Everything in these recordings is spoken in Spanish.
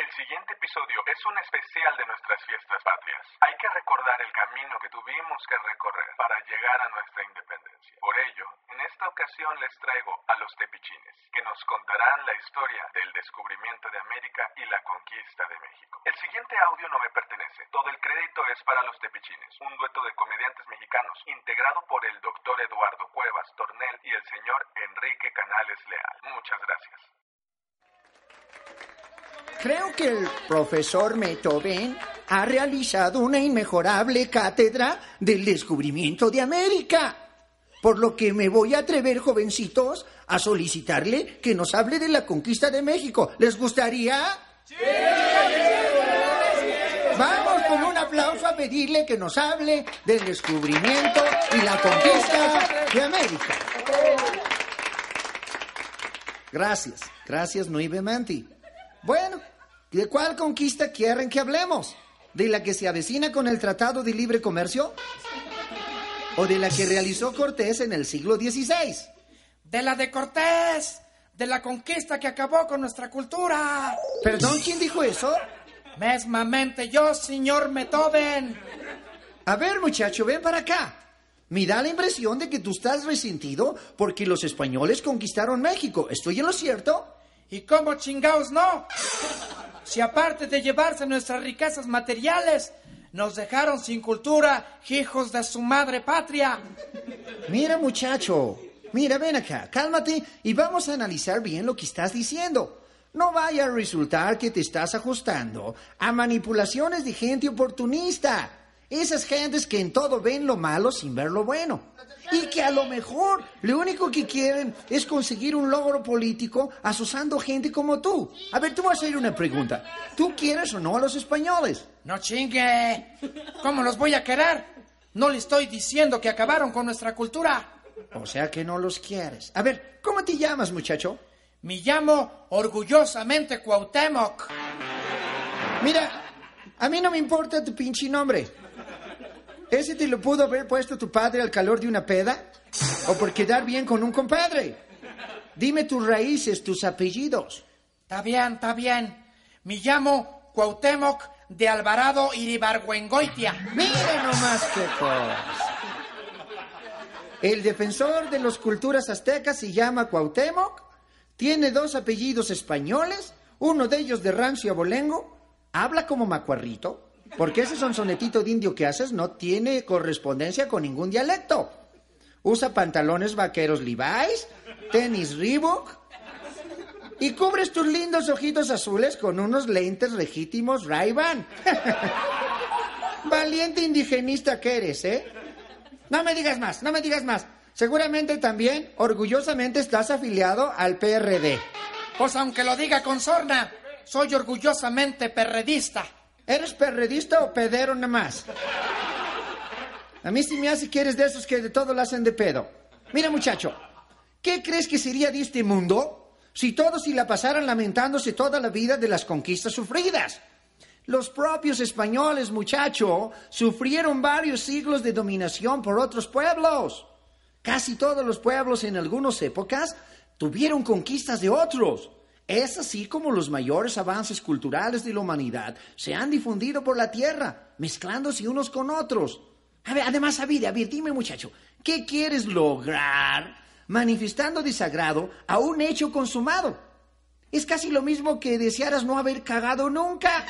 El siguiente episodio es un especial de nuestras fiestas patrias. Hay que recordar el camino que tuvimos que recorrer para llegar a nuestra independencia. Por ello, en esta ocasión les traigo a los tepichines, que nos contarán la historia del descubrimiento de América y la conquista de México. El siguiente audio no me pertenece. Todo el crédito es para los tepichines, un dueto de comediantes mexicanos, integrado por el doctor Eduardo Cuevas Tornel y el señor Enrique Canales Leal. Muchas gracias. Creo que el profesor Beethoven ha realizado una inmejorable cátedra del descubrimiento de América. Por lo que me voy a atrever, jovencitos, a solicitarle que nos hable de la conquista de México. ¿Les gustaría? ¡Sí! Vamos con un aplauso a pedirle que nos hable del descubrimiento y la conquista de América. Gracias, Nueve Manti. Bueno, ¿de cuál conquista quieren que hablemos? ¿De la que se avecina con el Tratado de Libre Comercio? ¿O de la que realizó Cortés en el siglo XVI? De la de Cortés, de la conquista que acabó con nuestra cultura. ¿Perdón, quién dijo eso? Mesmamente yo, señor Beethoven. A ver, muchacho, ven para acá. Me da la impresión de que tú estás resentido porque los españoles conquistaron México. ¿Estoy en lo cierto? ¿Y cómo chingaos no? Si aparte de llevarse nuestras riquezas materiales, nos dejaron sin cultura, hijos de su madre patria. Mira, muchacho, ven acá, cálmate y vamos a analizar bien lo que estás diciendo. No vaya a resultar que te estás ajustando a manipulaciones de gente oportunista. Esas gentes que en todo ven lo malo sin ver lo bueno. Y que a lo mejor lo único que quieren es conseguir un logro político asusando gente como tú. A ver, tú vas a hacer una pregunta. ¿Tú quieres o no a los españoles? No chingue. ¿Cómo los voy a querer? No le estoy diciendo que acabaron con nuestra cultura. O sea que no los quieres. A ver, ¿cómo te llamas, muchacho? Me llamo orgullosamente Cuauhtémoc. Mira, a mí no me importa tu pinche nombre. ¿Ese te lo pudo haber puesto tu padre al calor de una peda? ¿O por quedar bien con un compadre? Dime tus raíces, tus apellidos. Está bien. Me llamo Cuauhtémoc de Alvarado Iribargüengoitia. Mira nomás qué cosa. El defensor de las culturas aztecas se llama Cuauhtémoc, tiene 2 apellidos españoles, uno de ellos de rancio abolengo, habla como macuarrito. Porque ese sonsonetito de indio que haces no tiene correspondencia con ningún dialecto. Usa pantalones vaqueros Levi's, tenis Reebok y cubres tus lindos ojitos azules con unos lentes legítimos Ray-Ban. Valiente indigenista que eres, ¿eh? No me digas más. Seguramente también orgullosamente estás afiliado al PRD. Pues aunque lo diga con sorna, soy orgullosamente perredista. ¿Eres perredista o pedero nada más? A mí sí me hace que eres de esos que de todo lo hacen de pedo. Mira, muchacho, ¿qué crees que sería de este mundo si todos se la pasaran lamentándose toda la vida de las conquistas sufridas? Los propios españoles, muchacho, sufrieron varios siglos de dominación por otros pueblos. Casi todos los pueblos en algunas épocas tuvieron conquistas de otros. Es así como los mayores avances culturales de la humanidad se han difundido por la tierra, mezclándose unos con otros. Además, dime, muchacho, ¿qué quieres lograr manifestando desagrado a un hecho consumado? Es casi lo mismo que desearas no haber cagado nunca.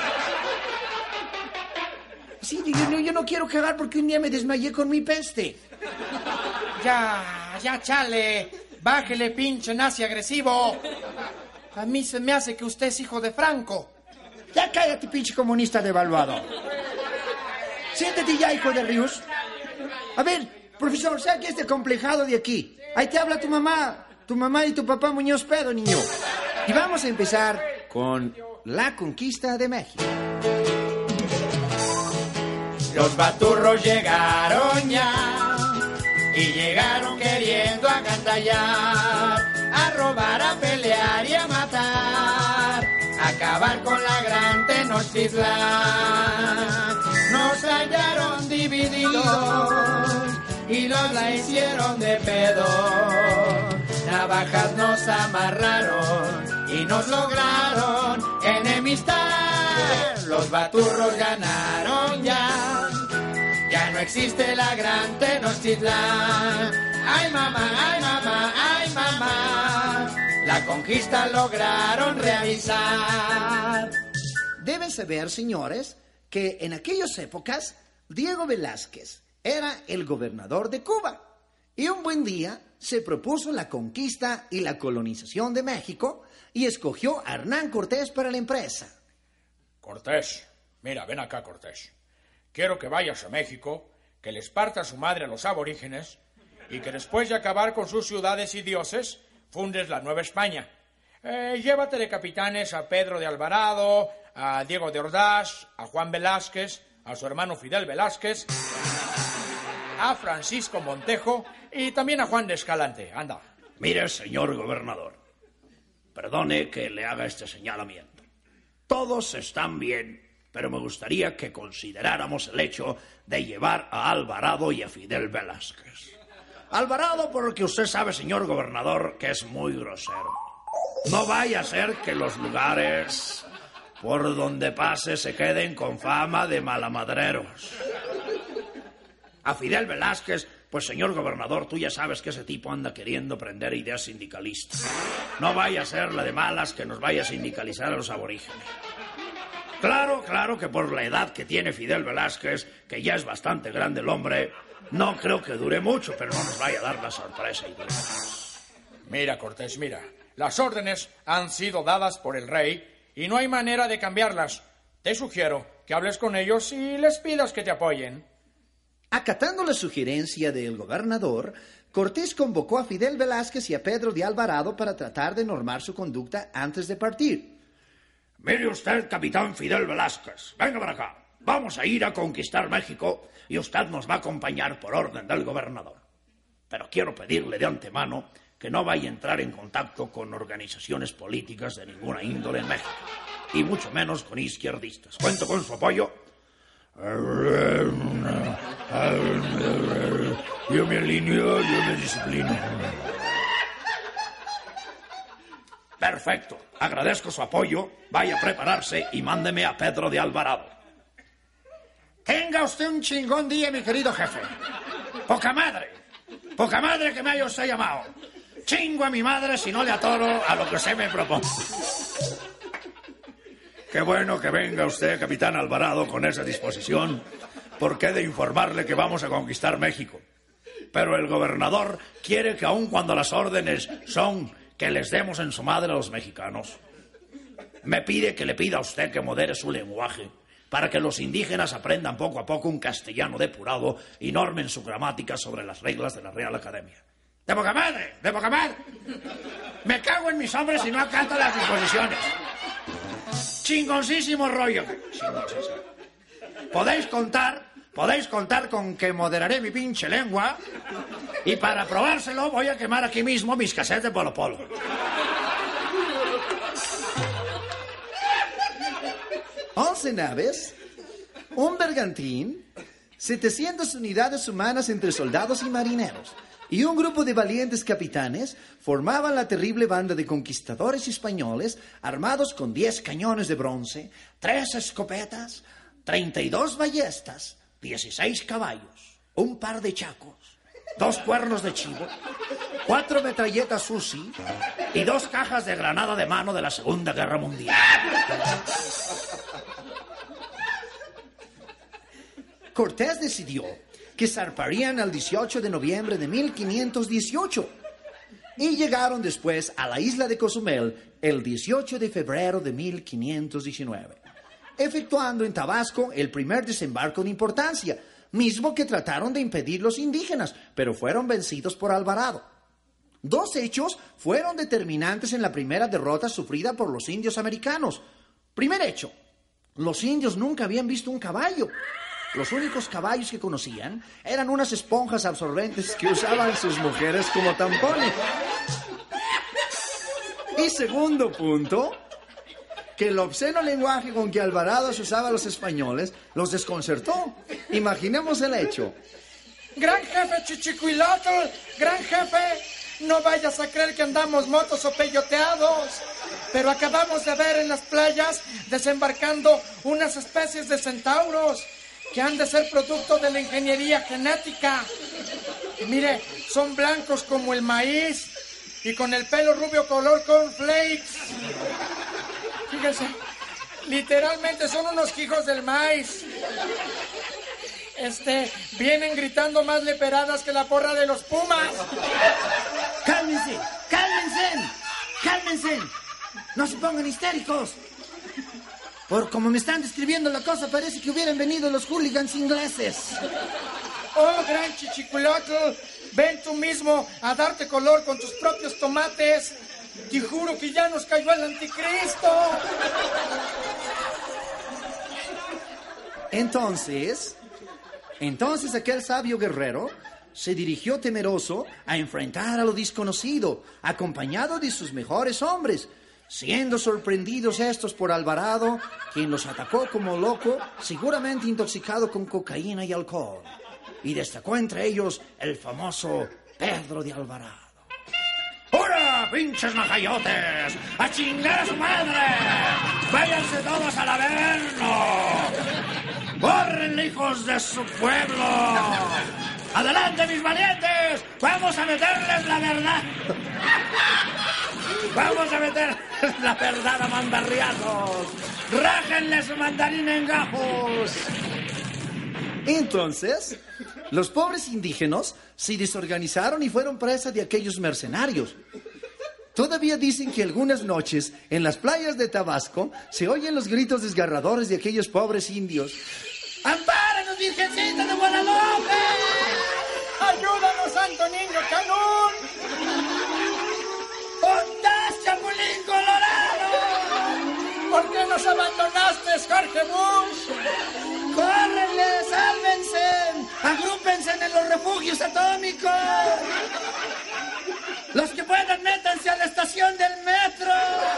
Sí, yo no quiero cagar porque un día me desmayé con mi peste. Ya, chale. Bájele, pinche nazi agresivo. A mí se me hace que usted es hijo de Franco. Ya cállate, pinche comunista devaluado. Siéntate ya, hijo de Ríos. A ver, profesor, saque este complejado de aquí. Ahí te habla tu mamá y tu papá Muñoz Pedo, niño. Y vamos a empezar con la conquista de México. Los baturros llegaron ya y llegaron queriendo agantallar, a robar, a pelear y a matar, acabar con la gran Tenochtitlan. Nos hallaron divididos y nos la hicieron de pedo. Navajas nos amarraron y nos lograron enemigos amistad. Los baturros ganaron ya. Ya no existe la gran Tenochtitlán. Ay mamá, ay mamá, ay mamá. La conquista lograron realizar. Deben saber, señores, que en aquellas épocas Diego Velázquez era el gobernador de Cuba y un buen día se propuso la conquista y la colonización de México y escogió a Hernán Cortés para la empresa. Cortés, mira, ven acá, Cortés. Quiero que vayas a México, que les parta su madre a los aborígenes y que después de acabar con sus ciudades y dioses, fundes la Nueva España. Llévate de capitanes a Pedro de Alvarado, a Diego de Ordaz, a Juan Velázquez, a su hermano Fidel Velázquez, a Francisco Montejo y también a Juan de Escalante. Anda. Mire, señor gobernador, perdone que le haga este señalamiento. Todos están bien, pero me gustaría que consideráramos el hecho de llevar a Alvarado y a Fidel Velázquez. Alvarado porque usted sabe, señor gobernador, que es muy grosero. No vaya a ser que los lugares por donde pase se queden con fama de malamadreros. A Fidel Velázquez, pues señor gobernador, tú ya sabes que ese tipo anda queriendo prender ideas sindicalistas. No vaya a ser la de malas que nos vaya a sindicalizar a los aborígenes. Claro que por la edad que tiene Fidel Velázquez, que ya es bastante grande el hombre, no creo que dure mucho, pero no nos vaya a dar la sorpresa y dure más. Mira, Cortés, mira. Las órdenes han sido dadas por el rey y no hay manera de cambiarlas. Te sugiero que hables con ellos y les pidas que te apoyen. Acatando la sugerencia del gobernador, Cortés convocó a Fidel Velázquez y a Pedro de Alvarado para tratar de normar su conducta antes de partir. Mire usted, capitán Fidel Velázquez, venga para acá. Vamos a ir a conquistar México y usted nos va a acompañar por orden del gobernador. Pero quiero pedirle de antemano que no vaya a entrar en contacto con organizaciones políticas de ninguna índole en México, y mucho menos con izquierdistas. Cuento con su apoyo. Yo me alineo, yo me disciplino. Perfecto, agradezco su apoyo. Vaya a prepararse y mándeme a Pedro de Alvarado. Tenga usted un chingón día, mi querido jefe. Poca madre que me haya usted llamado. Chingo a mi madre si no le atoro a lo que se me propone. Qué bueno que venga usted, capitán Alvarado, con esa disposición, porque he de informarle que vamos a conquistar México. Pero el gobernador quiere que aun cuando las órdenes son que les demos en su madre a los mexicanos, me pide que le pida a usted que modere su lenguaje para que los indígenas aprendan poco a poco un castellano depurado y normen su gramática sobre las reglas de la Real Academia. ¡De poca madre! ¡De poca madre! Me cago en mis hombres si no acato las disposiciones. Chingoncísimo rollo. Chingoncísimo. Podéis contar con que moderaré mi pinche lengua y para probárselo voy a quemar aquí mismo mis cassettes de Polo Polo. 11 naves, un bergantín, 700 unidades humanas entre soldados y marineros y un grupo de valientes capitanes formaban la terrible banda de conquistadores españoles armados con 10 cañones de bronce, 3 escopetas, 32 ballestas, 16 caballos, un par de chacos, 2 cuernos de chivo, 4 metralletas Uzi y 2 cajas de granada de mano de la Segunda Guerra Mundial. Cortés decidió que zarparían el 18 de noviembre de 1518 y llegaron después a la isla de Cozumel el 18 de febrero de 1519, efectuando en Tabasco el primer desembarco de importancia, mismo que trataron de impedir los indígenas, pero fueron vencidos por Alvarado. 2 hechos fueron determinantes en la primera derrota sufrida por los indios americanos. Primer hecho, los indios nunca habían visto un caballo. Los únicos caballos que conocían eran unas esponjas absorbentes que usaban sus mujeres como tampones. Y segundo punto, que el obsceno lenguaje con que Alvarado usaba a los españoles los desconcertó. Imaginemos el hecho. Gran jefe Chichicuilotl, gran jefe, no vayas a creer que andamos motos o peyoteados. Pero acabamos de ver en las playas desembarcando unas especies de centauros que han de ser producto de la ingeniería genética. Y mire, son blancos como el maíz y con el pelo rubio color cornflakes. Fíjense, literalmente son unos hijos del maíz. Vienen gritando más leperadas que la porra de los Pumas. ¡Cálmense! ¡Cálmense! ¡Cálmense! ¡No se pongan histéricos! Por como me están describiendo la cosa, parece que hubieran venido los hooligans ingleses. ¡Oh, gran chichiculotl! Ven tú mismo a darte color con tus propios tomates. Te juro que ya nos cayó el anticristo. Entonces aquel sabio guerrero se dirigió temeroso a enfrentar a lo desconocido, acompañado de sus mejores hombres, siendo sorprendidos estos por Alvarado, quien los atacó como loco, seguramente intoxicado con cocaína y alcohol. Y destacó entre ellos el famoso Pedro de Alvarado. ¡Hurra, pinches majayotes! ¡A chingar a su madre! ¡Váyanse todos al averno! ¡Bórrenle, hijos de su pueblo! ¡Adelante, mis valientes! ¡Vamos a meterles la verdad! ¡Vamos a meterles la verdad a mandarriazos! ¡Rájenle su mandarín en gajos! Entonces, los pobres indígenas se desorganizaron y fueron presa de aquellos mercenarios. Todavía dicen que algunas noches, en las playas de Tabasco, se oyen los gritos desgarradores de aquellos pobres indios. ¡Ampáranos, Virgencita de Guadalupe! ¡Ayúdanos, Santo Niño Canún! ¡Ondás, Chapulín Colorado! ¿Por qué nos abandonaste, Jorge Bush? ¡Córrenle, sálvense! ¡Agrúpense en los refugios atómicos! ¡Los que puedan, métanse a la estación del metro!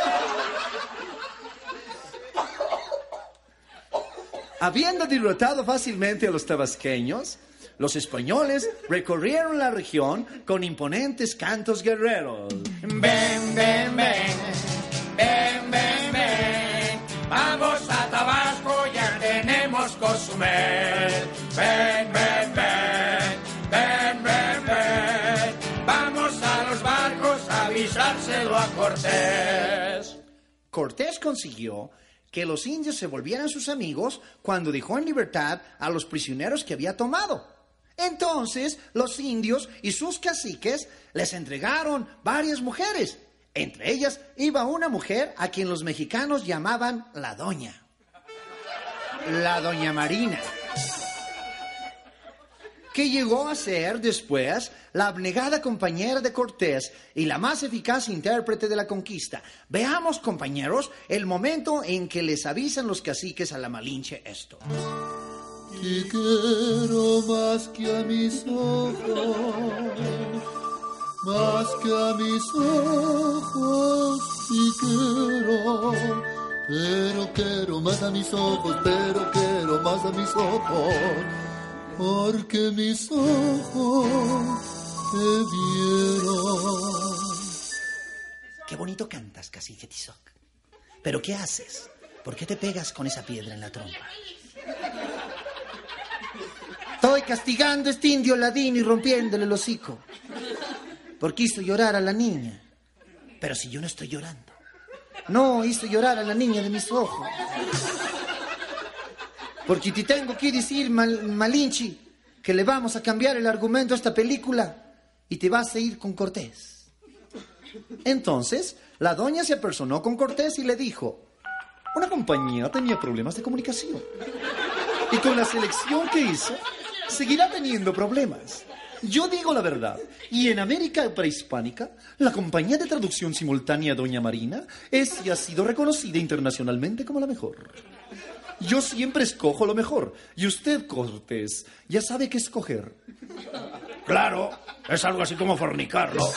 Habiendo derrotado fácilmente a los tabasqueños, los españoles recorrieron la región con imponentes cantos guerreros. Ven, ven, ven, ven, ven, ven, vamos a Tabasco, ya tenemos Cozumel. Ven, ven, ven, ven, ven, ven, vamos a los barcos a avisárselo a Cortés. Cortés consiguió que los indios se volvieran sus amigos cuando dejó en libertad a los prisioneros que había tomado. Entonces, los indios y sus caciques les entregaron varias mujeres. Entre ellas iba una mujer a quien los mexicanos llamaban la Doña Marina, que llegó a ser después la abnegada compañera de Cortés y la más eficaz intérprete de la conquista. Veamos, compañeros, el momento en que les avisan los caciques a la Malinche esto. Y quiero más que a mis ojos, más que a mis ojos, y pero quiero más a mis ojos, pero quiero más a mis ojos, porque mis ojos te vieron. Qué bonito cantas, cacique Tizoc. ¿Pero qué haces? ¿Por qué te pegas con esa piedra en la trompa? Estoy castigando a este indio ladino y rompiéndole el hocico, porque hizo llorar a la niña. Pero si yo no estoy llorando. No, hizo llorar a la niña de mis ojos. Porque te tengo que decir, Malinche, que le vamos a cambiar el argumento a esta película y te vas a ir con Cortés. Entonces, la doña se apersonó con Cortés y le dijo: una compañía tenía problemas de comunicación. Y con la selección que hizo, seguirá teniendo problemas. Yo digo la verdad, y en América prehispánica, la compañía de traducción simultánea Doña Marina es y ha sido reconocida internacionalmente como la mejor. Yo siempre escojo lo mejor, y usted, Cortés, ya sabe qué escoger. Claro, es algo así como fornicar, ¿no?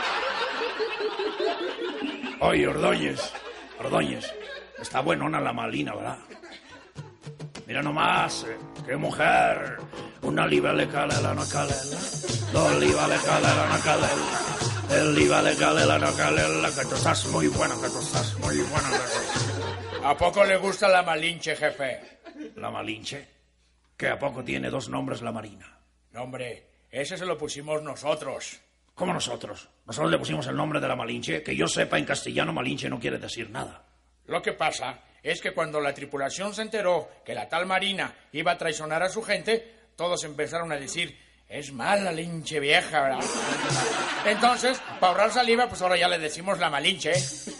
Oye, Ordóñez, está buenona la Malina, ¿verdad? Mira nomás, qué mujer. Una oliva le cala la no calela, dos olivas le cala la no calela. El IVA de Calela, no Calela, que tú estás muy bueno, que tú estás muy bueno. ¿A poco le gusta la Malinche, jefe? ¿La Malinche? ¿Que a poco tiene 2 nombres la Marina? No, hombre, ese se lo pusimos nosotros. ¿Cómo nosotros? Nosotros le pusimos el nombre de la Malinche. Que yo sepa, en castellano Malinche no quiere decir nada. Lo que pasa es que cuando la tripulación se enteró que la tal Marina iba a traicionar a su gente, todos empezaron a decir, es mala linche vieja, ¿verdad? Entonces, para ahorrar saliva, pues ahora ya le decimos la Malinche.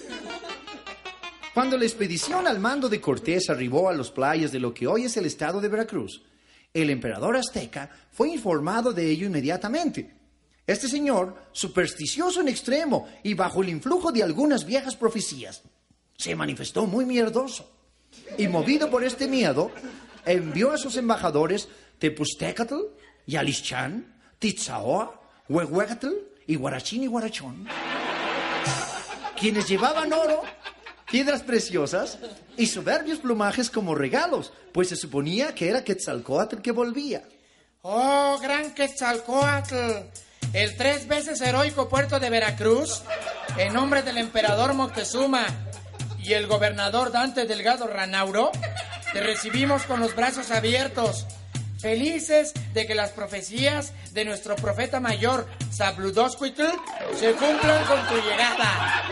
Cuando la expedición al mando de Cortés arribó a las playas de lo que hoy es el estado de Veracruz, el emperador azteca fue informado de ello inmediatamente. Este señor, supersticioso en extremo y bajo el influjo de algunas viejas profecías, se manifestó muy miedoso. Y movido por este miedo, envió a sus embajadores Tepuztecatl, Yalischán, Titzaoa, Huehuecatl y Guarachín y Guarachón, quienes llevaban oro, piedras preciosas y soberbios plumajes como regalos, pues se suponía que era Quetzalcóatl que volvía. ¡Oh, gran Quetzalcóatl! El 3 veces heroico puerto de Veracruz, en nombre del emperador Moctezuma y el gobernador Dante Delgado Ranauro, te recibimos con los brazos abiertos, felices de que las profecías de nuestro profeta mayor, Zabludoscuitl, se cumplan con tu llegada.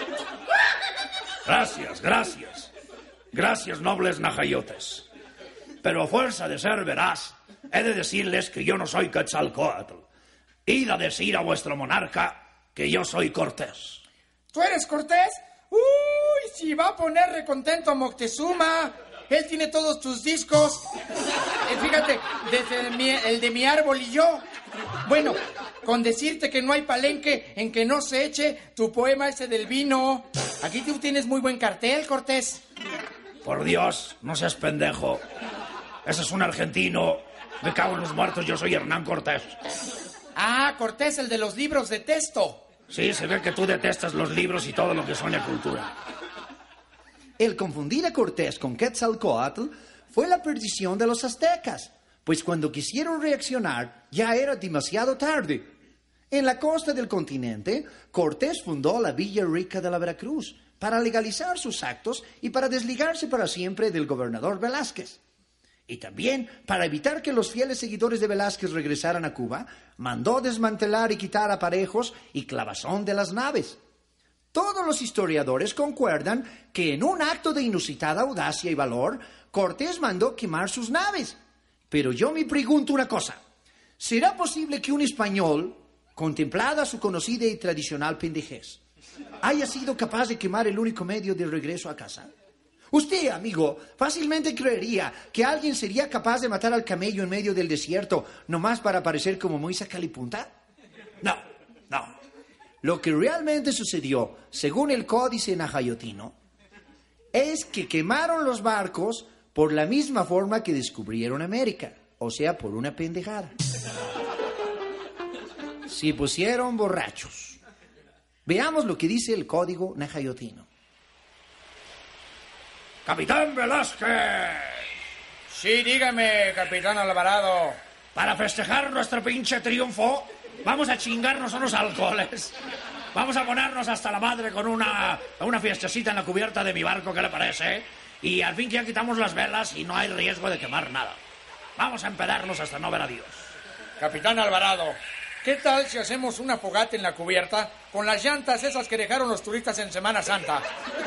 Gracias, gracias. Gracias, nobles najayotes. Pero a fuerza de ser veraz, he de decirles que yo no soy Quetzalcóatl. Id a decir a vuestro monarca que yo soy Cortés. ¿Tú eres Cortés? ¡Uy! Si va a poner recontento a Moctezuma. Él tiene todos tus discos. Fíjate, desde el de mi árbol y yo. Bueno, con decirte que no hay palenque en que no se eche tu poema ese del vino. Aquí tú tienes muy buen cartel, Cortés. Por Dios, no seas pendejo. Ese es un argentino. Me cago en los muertos, yo soy Hernán Cortés. Ah, Cortés, el de los libros de texto. Sí, se ve que tú detestas los libros y todo lo que suene a cultura. El confundir a Cortés con Quetzalcóatl fue la perdición de los aztecas, pues cuando quisieron reaccionar ya era demasiado tarde. En la costa del continente, Cortés fundó la Villa Rica de la Veracruz para legalizar sus actos y para desligarse para siempre del gobernador Velázquez. Y también, para evitar que los fieles seguidores de Velázquez regresaran a Cuba, mandó desmantelar y quitar aparejos y clavazón de las naves. Todos los historiadores concuerdan que en un acto de inusitada audacia y valor, Cortés mandó quemar sus naves. Pero yo me pregunto una cosa. ¿Será posible que un español, contemplada su conocida y tradicional pendejez, haya sido capaz de quemar el único medio de regreso a casa? Usted, amigo, fácilmente creería que alguien sería capaz de matar al camello en medio del desierto nomás para parecer como muy sacalipunta. No. Lo que realmente sucedió, según el códice najayotino, es que quemaron los barcos por la misma forma que descubrieron América, o sea, por una pendejada. Se pusieron borrachos. Veamos lo que dice el código najayotino. ¡Capitán Velázquez! Sí, dígame, capitán Alvarado. Para festejar nuestro pinche triunfo, vamos a chingarnos unos alcoholes. Vamos a ponernos hasta la madre con una fiestecita en la cubierta de mi barco, ¿qué le parece? Y al fin que ya quitamos las velas y no hay riesgo de quemar nada. Vamos a empedarnos hasta no ver a Dios. Capitán Alvarado, ¿qué tal si hacemos una fogata en la cubierta con las llantas esas que dejaron los turistas en Semana Santa?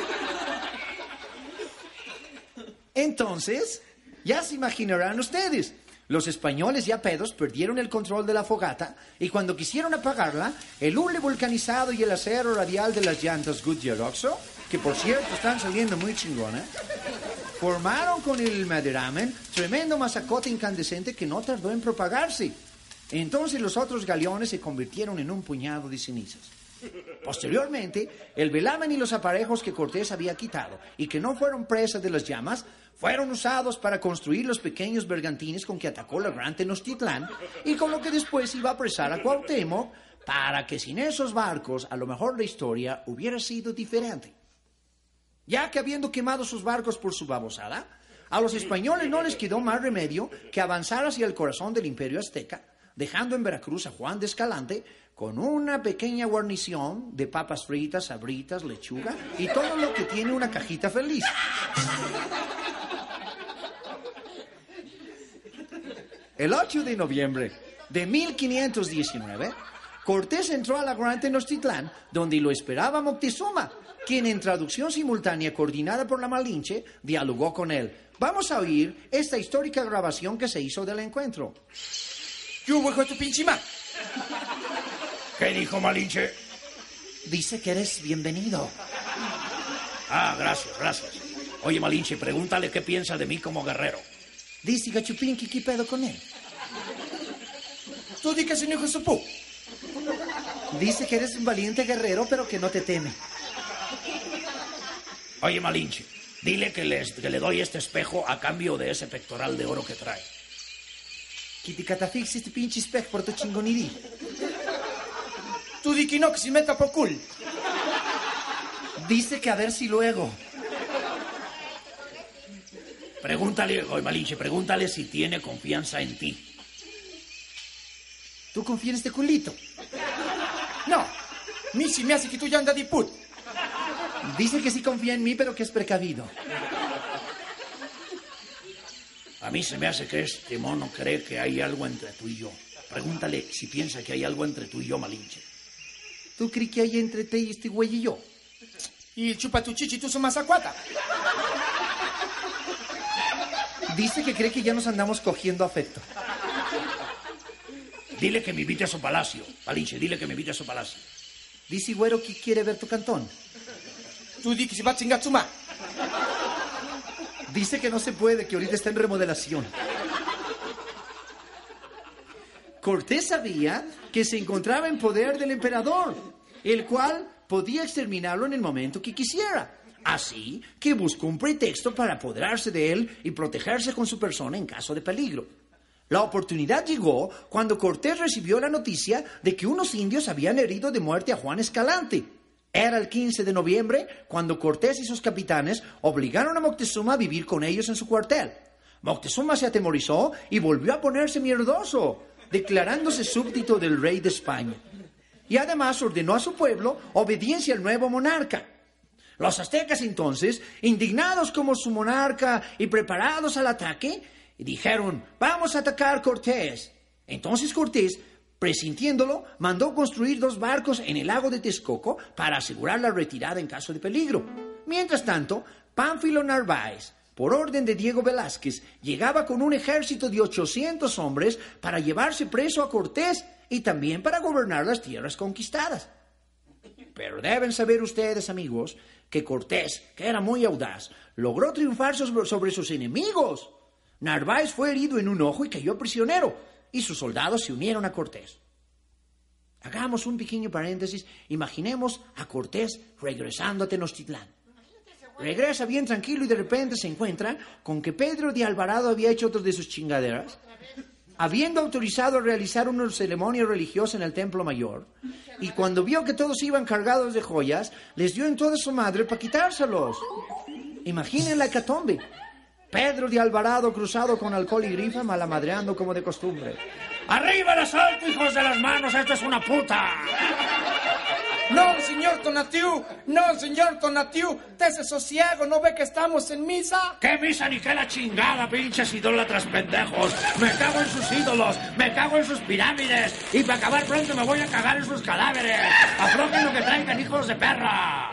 Entonces, ya se imaginarán ustedes. Los españoles ya pedos perdieron el control de la fogata y cuando quisieron apagarla, el hule vulcanizado y el acero radial de las llantas Goodyear Oxo, que por cierto están saliendo muy chingonas, formaron con el maderamen tremendo masacote incandescente que no tardó en propagarse. Entonces los otros galeones se convirtieron en un puñado de cenizas. Posteriormente, el velamen y los aparejos que Cortés había quitado y que no fueron presa de las llamas fueron usados para construir los pequeños bergantines con que atacó la Gran Tenochtitlán y con lo que después iba a apresar a Cuauhtémoc para que sin esos barcos a lo mejor la historia hubiera sido diferente. Ya que habiendo quemado sus barcos por su babosada, a los españoles no les quedó más remedio que avanzar hacia el corazón del Imperio Azteca, dejando en Veracruz a Juan de Escalante con una pequeña guarnición de papas fritas, sabritas, lechuga y todo lo que tiene una cajita feliz. El 8 de noviembre de 1519, Cortés entró a la Gran Tenochtitlán, donde lo esperaba Moctezuma, quien en traducción simultánea coordinada por la Malinche, dialogó con él. Vamos a oír esta histórica grabación que se hizo del encuentro. ¿Qué hubo, hijo de tu pinche ma? ¿Qué dijo Malinche? Dice que eres bienvenido. Ah, gracias. Oye, Malinche, pregúntale qué piensa de mí como guerrero. Dice Gachupín que qué pedo con él. Tú di que es un hijo de su pu. Dice que eres un valiente guerrero, pero que no te teme. Oye, Malinche, dile que le doy este espejo a cambio de ese pectoral de oro que trae. Que te catafixes este pinche espejo por tu chingonería. Tú di que no, que se meta por cul. Dice que a ver si luego. Pregúntale, oye, Malinche, pregúntale si tiene confianza en ti. ¿Tú confías en este culito? No, mi si me hace que tú ya andas de put. Dice que sí confía en mí, pero que es precavido. A mí se me hace que este mono cree que hay algo entre tú y yo. Pregúntale si piensa que hay algo entre tú y yo, Malinche. ¿Tú crees que hay entre ti y este güey y yo? Y chupa tu chichi, tú son mazacuata. Dice que cree que ya nos andamos cogiendo afecto. Dile que me invite a su palacio. Malinche, dile que me invite a su palacio. Dice güero que quiere ver tu cantón. Tú di que se va a chingar su ma. Dice que no se puede, que ahorita está en remodelación. Cortés sabía que se encontraba en poder del emperador, el cual podía exterminarlo en el momento que quisiera. Así que buscó un pretexto para apoderarse de él y protegerse con su persona en caso de peligro. La oportunidad llegó cuando Cortés recibió la noticia de que unos indios habían herido de muerte a Juan Escalante. Era el 15 de noviembre cuando Cortés y sus capitanes obligaron a Moctezuma a vivir con ellos en su cuartel. Moctezuma se atemorizó y volvió a ponerse mierdoso, declarándose súbdito del rey de España. Y además ordenó a su pueblo obediencia al nuevo monarca. Los aztecas entonces, indignados como su monarca y preparados al ataque, dijeron, vamos a atacar Cortés. Entonces Cortés, presintiéndolo, mandó construir 2 barcos en el lago de Texcoco para asegurar la retirada en caso de peligro. Mientras tanto, Pánfilo Narváez, por orden de Diego Velázquez, llegaba con un ejército de 800 hombres para llevarse preso a Cortés y también para gobernar las tierras conquistadas. Pero deben saber ustedes, amigos, que Cortés, que era muy audaz, logró triunfar sobre sus enemigos. Narváez fue herido en un ojo y cayó prisionero, y sus soldados se unieron a Cortés. Hagamos un pequeño paréntesis. Imaginemos a Cortés regresando a Tenochtitlán. Regresa bien tranquilo y de repente se encuentra con que Pedro de Alvarado había hecho otras de sus chingaderas, habiendo autorizado a realizar una ceremonia religiosa en el Templo Mayor, y cuando vio que todos iban cargados de joyas, les dio en toda su madre para quitárselos. Imaginen la hecatombe. Pedro de Alvarado cruzado con alcohol y grifa, malamadreando como de costumbre. ¡Arriba el asalto, hijos de las manos! ¡Esto es una puta! No, señor Tonatiu, dese sosiego, ¿no ve que estamos en misa? ¿Qué misa ni qué la chingada, pinches idólatras pendejos? Me cago en sus ídolos, me cago en sus pirámides, y para acabar pronto me voy a cagar en sus cadáveres. Aflojen lo que traigan, hijos de perra.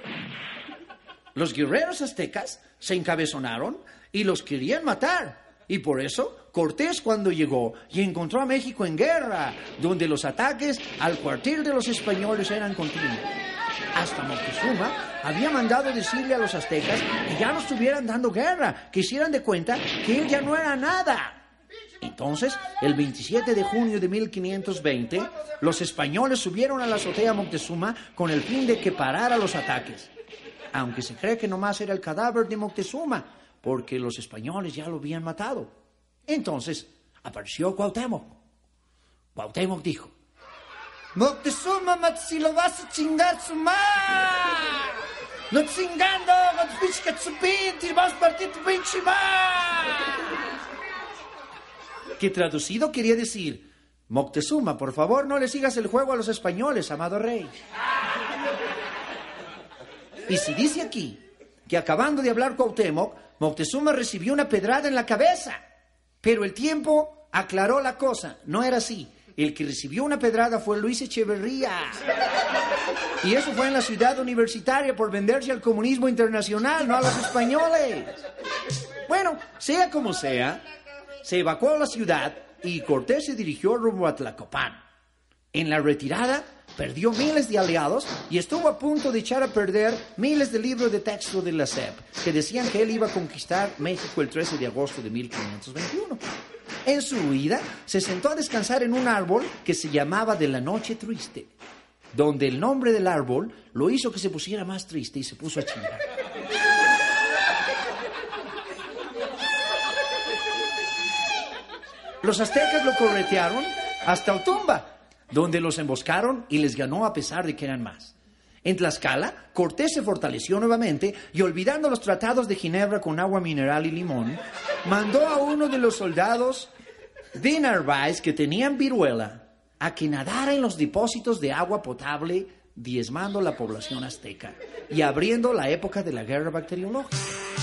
Los guerreros aztecas se encabezonaron y los querían matar. Y por eso Cortés, cuando llegó y encontró a México en guerra, donde los ataques al cuartel de los españoles eran continuos. Hasta Moctezuma había mandado decirle a los aztecas que ya no estuvieran dando guerra, que hicieran de cuenta que él ya no era nada. Entonces, el 27 de junio de 1520, los españoles subieron a la azotea Moctezuma con el fin de que parara los ataques. Aunque se cree que nomás era el cadáver de Moctezuma, porque los españoles ya lo habían matado. Entonces apareció Cuauhtémoc. Cuauhtémoc dijo: Moctezuma, si lo vas a chingar su mar. No chingando, y vas a partir tu pinche mar. Que traducido quería decir: Moctezuma, por favor, no le sigas el juego a los españoles, amado rey. Y si dice aquí que acabando de hablar Cuauhtémoc, Moctezuma recibió una pedrada en la cabeza. Pero el tiempo aclaró la cosa. No era así. El que recibió una pedrada fue Luis Echeverría. Y eso fue en la ciudad universitaria por venderse al comunismo internacional, no a los españoles. Bueno, sea como sea, se evacuó la ciudad y Cortés se dirigió rumbo a Tlacopan. En la retirada, perdió miles de aliados y estuvo a punto de echar a perder miles de libros de texto de la SEP, que decían que él iba a conquistar México el 13 de agosto de 1521. En su huida, se sentó a descansar en un árbol que se llamaba de la Noche Triste, donde el nombre del árbol lo hizo que se pusiera más triste y se puso a chillar. Los aztecas lo corretearon hasta Otumba, donde los emboscaron y les ganó a pesar de que eran más. En Tlaxcala, Cortés se fortaleció nuevamente y, olvidando los tratados de Ginebra con agua mineral y limón, mandó a uno de los soldados de Narváez que tenían viruela a que nadara en los depósitos de agua potable, diezmando la población azteca y abriendo la época de la guerra bacteriológica.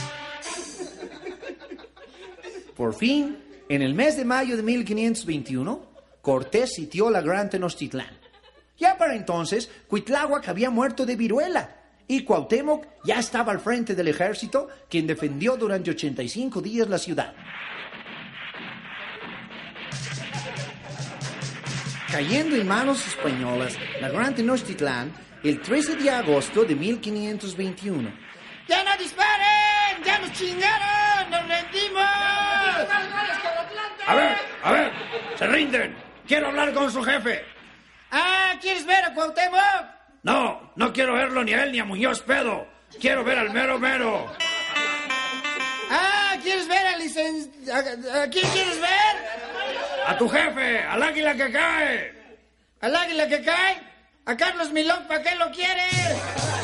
Por fin, en el mes de mayo de 1521, Cortés sitió la Gran Tenochtitlán. Ya para entonces, Cuitláhuac había muerto de viruela y Cuauhtémoc ya estaba al frente del ejército, quien defendió durante 85 días la ciudad. Cayendo en manos españolas, la Gran Tenochtitlán, el 13 de agosto de 1521. ¡Ya no disparen! ¡Ya nos chingaron! ¡Nos rendimos! A ver, se rinden. Quiero hablar con su jefe. Ah, ¿quieres ver a Cuauhtémoc? No quiero verlo ni a él ni a Muñoz Pedo. Quiero ver al mero mero. Ah, ¿quieres ver al ¿A quién quieres ver? A tu jefe, al águila que cae. ¿Al águila que cae? ¿A Carlos Milón para qué lo quieres?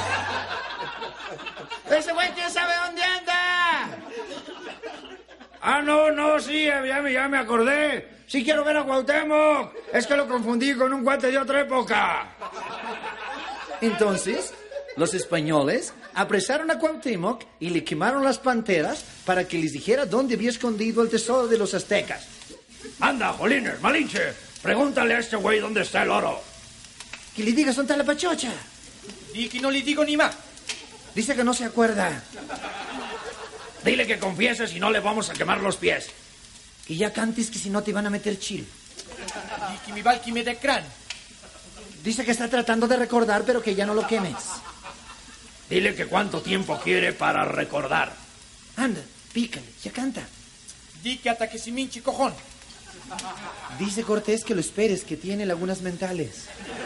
Ese güey quién sabe dónde anda. Ah, no, sí, ya me acordé. Sí quiero ver a Cuauhtémoc. Es que lo confundí con un cuate de otra época. Entonces, los españoles apresaron a Cuauhtémoc y le quemaron las panteras para que les dijera dónde había escondido el tesoro de los aztecas. Anda, jolines, Malinche, pregúntale a este güey dónde está el oro. Que le digas dónde está la pachocha. Di que no le digo ni más. Dice que no se acuerda. Dile que confiese, si no le vamos a quemar los pies. Que ya cantes, que si no te van a meter chile. Di que mi valqui me de crán. Dice que está tratando de recordar, pero que ya no lo quemes. Dile que cuánto tiempo quiere para recordar. Anda, pícale, ya canta. Di que hasta que se minche cojón. Dice Cortés que lo esperes, que tiene lagunas mentales.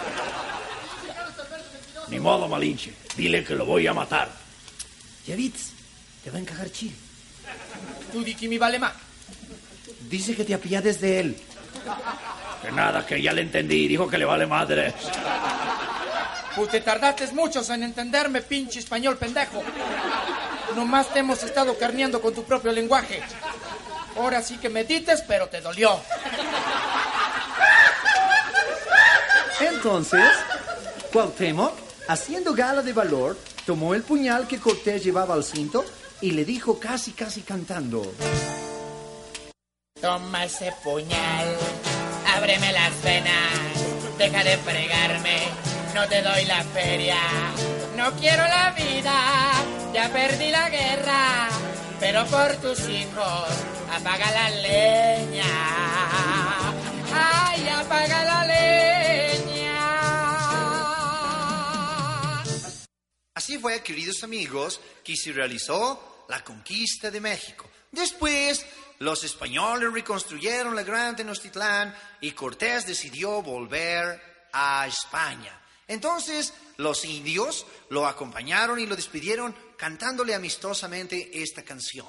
Ni modo, Malinche. Dile que lo voy a matar. Ya vits, te va a encajar chile. Tú di que mi vale más. Dice que te apiades de él. Que nada, que ya le entendí. Dijo que le vale madre. Pues te tardaste mucho en entenderme, pinche español pendejo. Nomás te hemos estado carneando con tu propio lenguaje. Ahora sí que medites, pero te dolió. Entonces, Cuauhtémoc, haciendo gala de valor, tomó el puñal que Cortés llevaba al cinto y le dijo casi cantando: Toma ese puñal, ábreme las venas, deja de fregarme, no te doy la feria. No quiero la vida, ya perdí la guerra, pero por tus hijos, apaga la leña. Ay, apaga la leña. Así fue, queridos amigos, que se realizó la conquista de México. Después, los españoles reconstruyeron la Gran Tenochtitlán y Cortés decidió volver a España. Entonces, los indios lo acompañaron y lo despidieron cantándole amistosamente esta canción.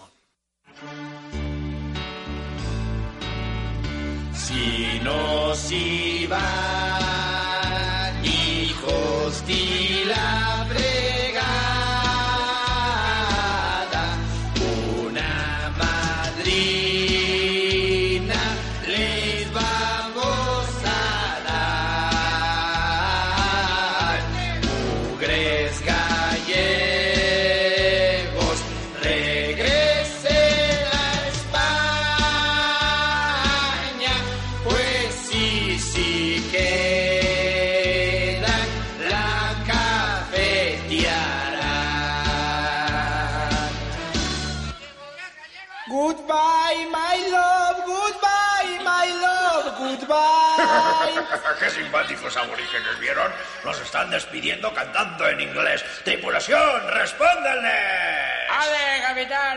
Si nos iban hijos de la fregada, una madrina les vamos Goodbye, my love, goodbye, my love, goodbye. ¡Qué simpáticos aborígenes! ¿Vieron? Nos están despidiendo cantando en inglés. ¡Tripulación, respóndanle! ¡Ale, capitán!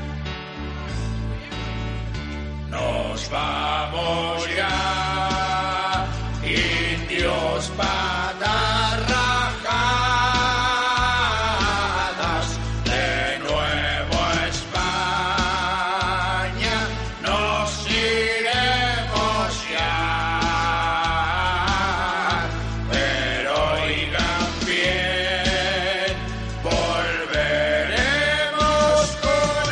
Nos vamos ya, indios patas rajadas, de nuevo a España nos iremos ya. Pero oigan bien, volveremos con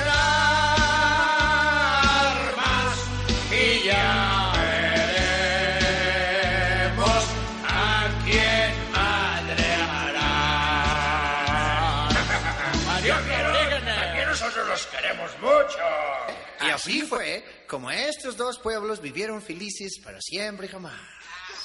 armas y ya veremos a quién madreará. Adiós, Aquí nosotros los queremos mucho. Y así fue como estos dos pueblos vivieron felices para siempre y jamás.